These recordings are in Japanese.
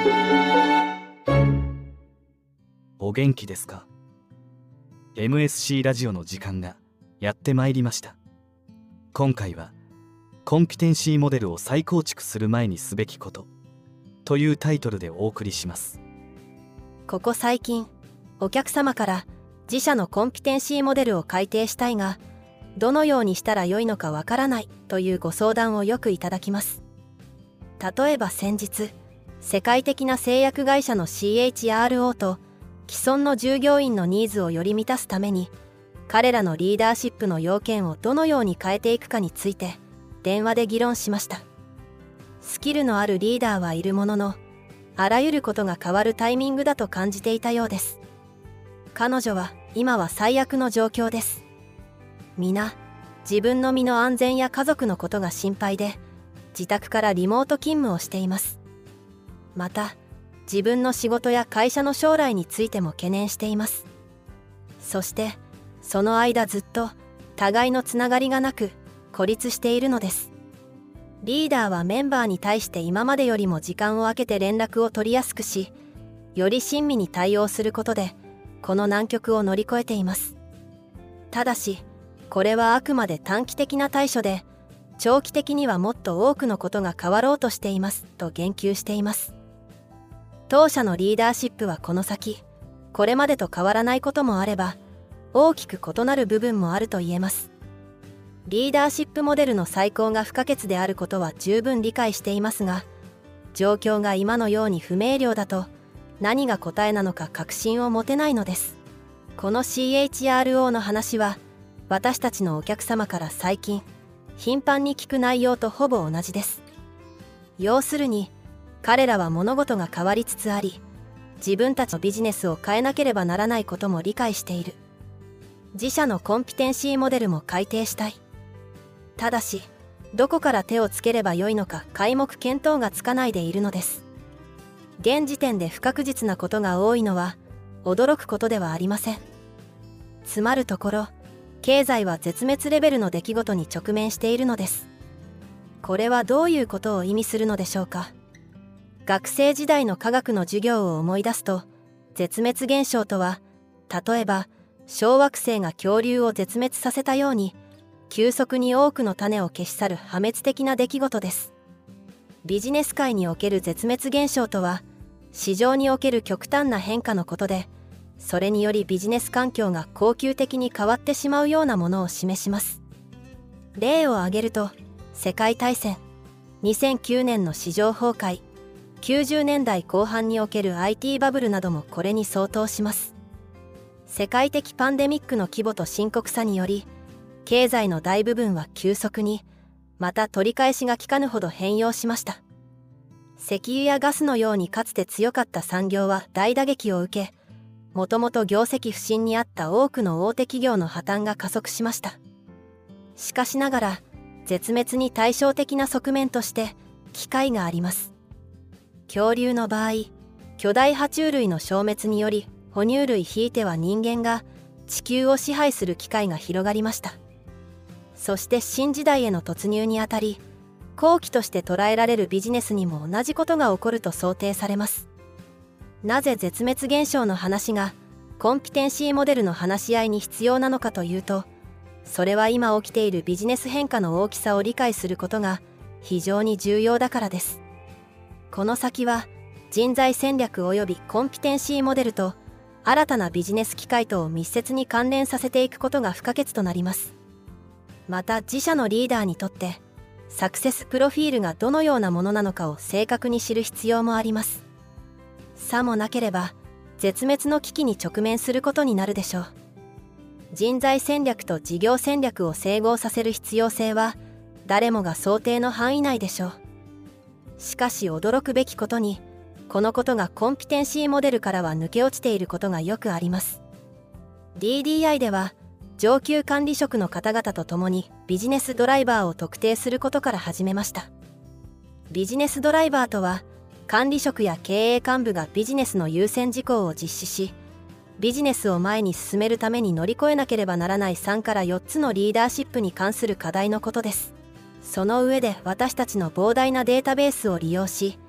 お元気ですか？ MSC ラジオの時間がやってまいりました。今回はコンピテンシーモデルを再構築する前にすべきことというタイトルでお送りします。 ここ最近お客様から自社のコンピテンシーモデルを改定したいがどのようにしたらよいのかわからないというご相談をよくいただきます。例えば先日世界的な製薬会社の CHRO と既存の従業員のニーズをより満たすために彼らのリーダーシップの要件をどのように変えていくかについて電話で議論しました。スキルのあるリーダーはいるもののあらゆることが変わるタイミングだと感じていたようです。彼女は今は最悪の状況です。皆自分の身の安全や家族のことが心配で自宅からリモート勤務をしています。また自分の仕事や会社の将来についても懸念しています。そしてその間ずっと互いのつながりがなく孤立しているのです。リーダーはメンバーに対して今までよりも時間を空けて連絡を取りやすくし、より親身に対応することでこの難局を乗り越えています。ただしこれはあくまで短期的な対処で長期的にはもっと多くのことが変わろうとしていますと言及しています。当社のリーダーシップはこの先これまでと変わらないこともあれば大きく異なる部分もあると言えます。リーダーシップモデルの再考が不可欠であることは十分理解していますが、状況が今のように不明瞭だと何が答えなのか確信を持てないのです。この CHRO の話は私たちのお客様から最近頻繁に聞く内容とほぼ同じです。要するに彼らは物事が変わりつつあり、自分たちのビジネスを変えなければならないことも理解している。自社のコンピテンシーモデルも改定したい。ただしどこから手をつければよいのか皆目見当がつかないでいるのです。現時点で不確実なことが多いのは驚くことではありません。つまるところ経済は絶滅レベルの出来事に直面しているのです。これはどういうことを意味するのでしょうか。学生時代の科学の授業を思い出すと、絶滅現象とは例えば小惑星が恐竜を絶滅させたように急速に多くの種を消し去る破滅的な出来事です。ビジネス界における絶滅現象とは市場における極端な変化のことで、それによりビジネス環境が恒久的に変わってしまうようなものを示します。例を挙げると世界大戦、2009年の市場崩壊、90年代後半における IT バブルなどもこれに相当します。世界的パンデミックの規模と深刻さにより経済の大部分は急速に、また取り返しがきかぬほど変容しました。石油やガスのようにかつて強かった産業は大打撃を受け、もともと業績不振にあった多くの大手企業の破綻が加速しました。しかしながら絶滅に対照的な側面として機会があります。恐竜の場合、巨大爬虫類の消滅により哺乳類ひいては人間が地球を支配する機会が広がりました。そして新時代への突入にあたり、好機として捉えられるビジネスにも同じことが起こると想定されます。なぜ絶滅現象の話がコンピテンシーモデルの話し合いに必要なのかというと、それは今起きているビジネス変化の大きさを理解することが非常に重要だからです。この先は人材戦略及びコンピテンシーモデルと新たなビジネス機会とを密接に関連させていくことが不可欠となります。また自社のリーダーにとってサクセスプロフィールがどのようなものなのかを正確に知る必要もあります。さもなければ絶滅の危機に直面することになるでしょう。人材戦略と事業戦略を整合させる必要性は誰もが想定の範囲内でしょう。しかし驚くべきことに、このことがコンピテンシーモデルからは抜け落ちていることがよくあります。 DDI では上級管理職の方々と共にビジネスドライバーを特定することから始めました。ビジネスドライバーとは、管理職や経営幹部がビジネスの優先事項を実施し、ビジネスを前に進めるために乗り越えなければならない3から4つのリーダーシップに関する課題のことです。その上で私たちの膨大なデータベースを利用し、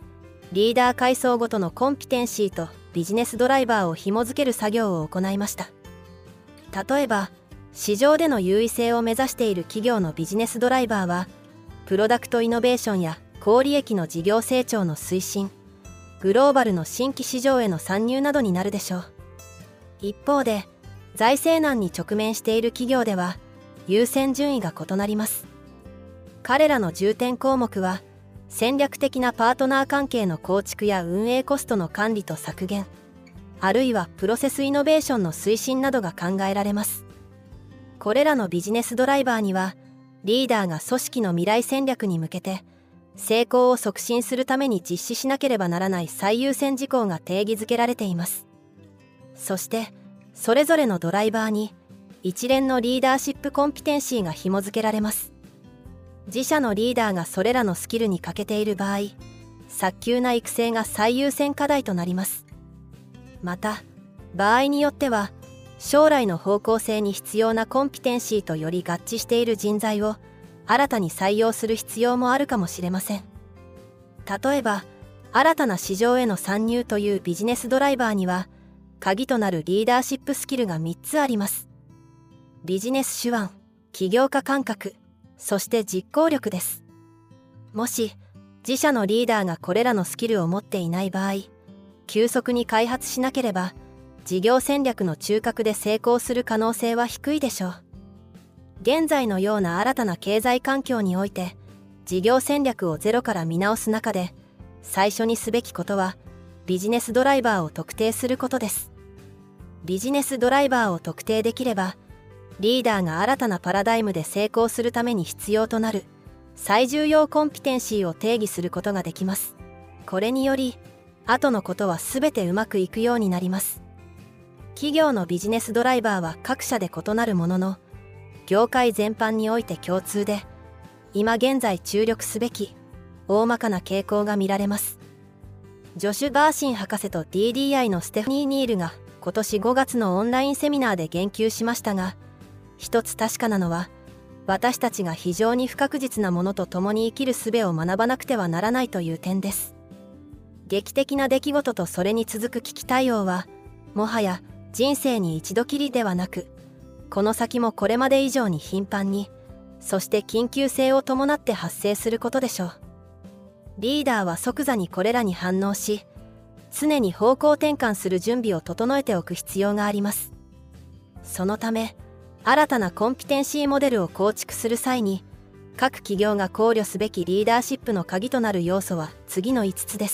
リーダー階層ごとのコンピテンシーとビジネスドライバーを紐付ける作業を行いました。例えば、市場での優位性を目指している企業のビジネスドライバーは、プロダクトイノベーションや高利益の事業成長の推進、グローバルの新規市場への参入などになるでしょう。一方で、財政難に直面している企業では、優先順位が異なります。彼らの重点項目は、戦略的なパートナー関係の構築や運営コストの管理と削減、あるいはプロセスイノベーションの推進などが考えられます。これらのビジネスドライバーには、リーダーが組織の未来戦略に向けて、成功を促進するために実施しなければならない最優先事項が定義づけられています。そして、それぞれのドライバーに、一連のリーダーシップコンピテンシーが紐付けられます。自社のリーダーがそれらのスキルに欠けている場合、早急な育成が最優先課題となります。また、場合によっては、将来の方向性に必要なコンピテンシーとより合致している人材を新たに採用する必要もあるかもしれません。例えば、新たな市場への参入というビジネスドライバーには、鍵となるリーダーシップスキルが3つあります。ビジネス手腕、起業家感覚、そして実行力です。もし、自社のリーダーがこれらのスキルを持っていない場合、急速に開発しなければ、事業戦略の中核で成功する可能性は低いでしょう。現在のような新たな経済環境において、事業戦略をゼロから見直す中で、最初にすべきことは、ビジネスドライバーを特定することです。ビジネスドライバーを特定できれば、リーダーが新たなパラダイムで成功するために必要となる最重要コンピテンシーを定義することができます。これにより、後のことは全てうまくいくようになります。企業のビジネスドライバーは各社で異なるものの、業界全般において共通で、今現在注力すべき大まかな傾向が見られます。ジョシュ・バーシン博士と DDI のステファニー・ニールが今年5月のオンラインセミナーで言及しましたが、一つ確かなのは、私たちが非常に不確実なものと共に生きる術を学ばなくてはならないという点です。劇的な出来事とそれに続く危機対応は、もはや人生に一度きりではなく、この先もこれまで以上に頻繁に、そして緊急性を伴って発生することでしょう。リーダーは即座にこれらに反応し、常に方向転換する準備を整えておく必要があります。そのため、新たなコンピテンシーモデルを構築する際に、各企業が考慮すべきリーダーシップの鍵となる要素は次の5つです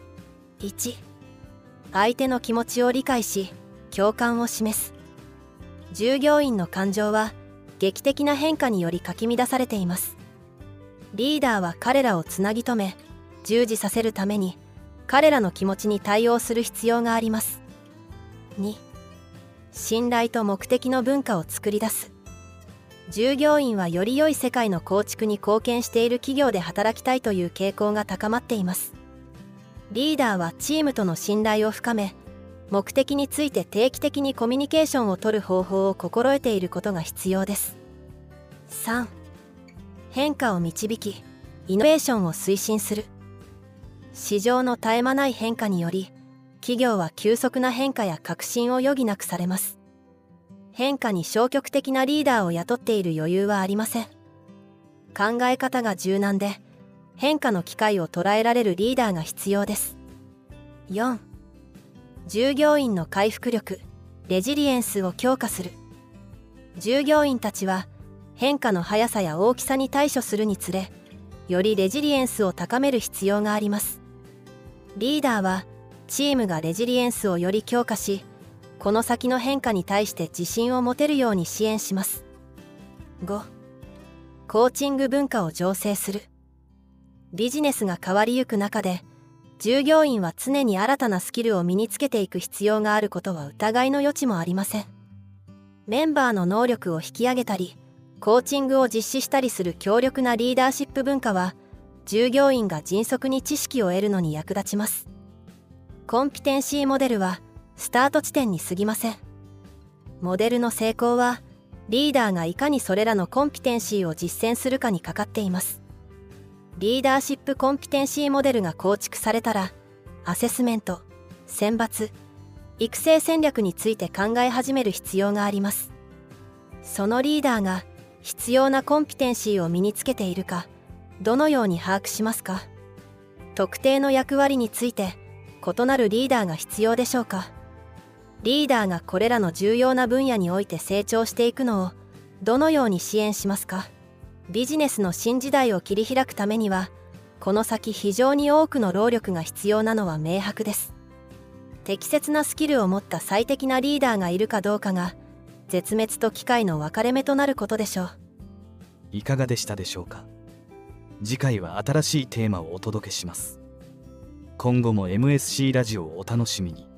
。1、相手の気持ちを理解し、共感を示す。従業員の感情は劇的な変化によりかき乱されています。リーダーは彼らをつなぎ止め、従事させるために彼らの気持ちに対応する必要があります。2、信頼と目的の文化を作り出す。従業員はより良い世界の構築に貢献している企業で働きたいという傾向が高まっています。リーダーはチームとの信頼を深め、目的について定期的にコミュニケーションを取る方法を心得ていることが必要です。3、変化を導き、イノベーションを推進する。市場の絶え間ない変化により、企業は急速な変化や革新を余儀なくされます。変化に消極的なリーダーを雇っている余裕はありません。考え方が柔軟で、変化の機会を捉えられるリーダーが必要です。4、従業員の回復力、レジリエンスを強化する。従業員たちは変化の速さや大きさに対処するにつれ、よりレジリエンスを高める必要があります。リーダーはチームがレジリエンスをより強化し、この先の変化に対して自信を持てるように支援します。5、コーチング文化を醸成する。ビジネスが変わりゆく中で、従業員は常に新たなスキルを身につけていく必要があることは疑いの余地もありません。メンバーの能力を引き上げたり、コーチングを実施したりする強力なリーダーシップ文化は、従業員が迅速に知識を得るのに役立ちます。コンピテンシーモデルはスタート地点に過ぎません。モデルの成功は、リーダーがいかにそれらのコンピテンシーを実践するかにかかっています。リーダーシップコンピテンシーモデルが構築されたら、 アセスメント、選抜、育成戦略について考え始める必要があります。そのリーダーが必要なコンピテンシーを身につけているか、どのように把握しますか？特定の役割について異なるリーダーが必要でしょうか？リーダーがこれらの重要な分野において成長していくのをどのように支援しますか？ビジネスの新時代を切り開くためには、この先非常に多くの労力が必要なのは明白です。適切なスキルを持った最適なリーダーがいるかどうかが、絶滅と機会の分かれ目となることでしょう。 いかがでしたでしょうか。次回は新しいテーマをお届けします。今後も MSC ラジオをお楽しみに。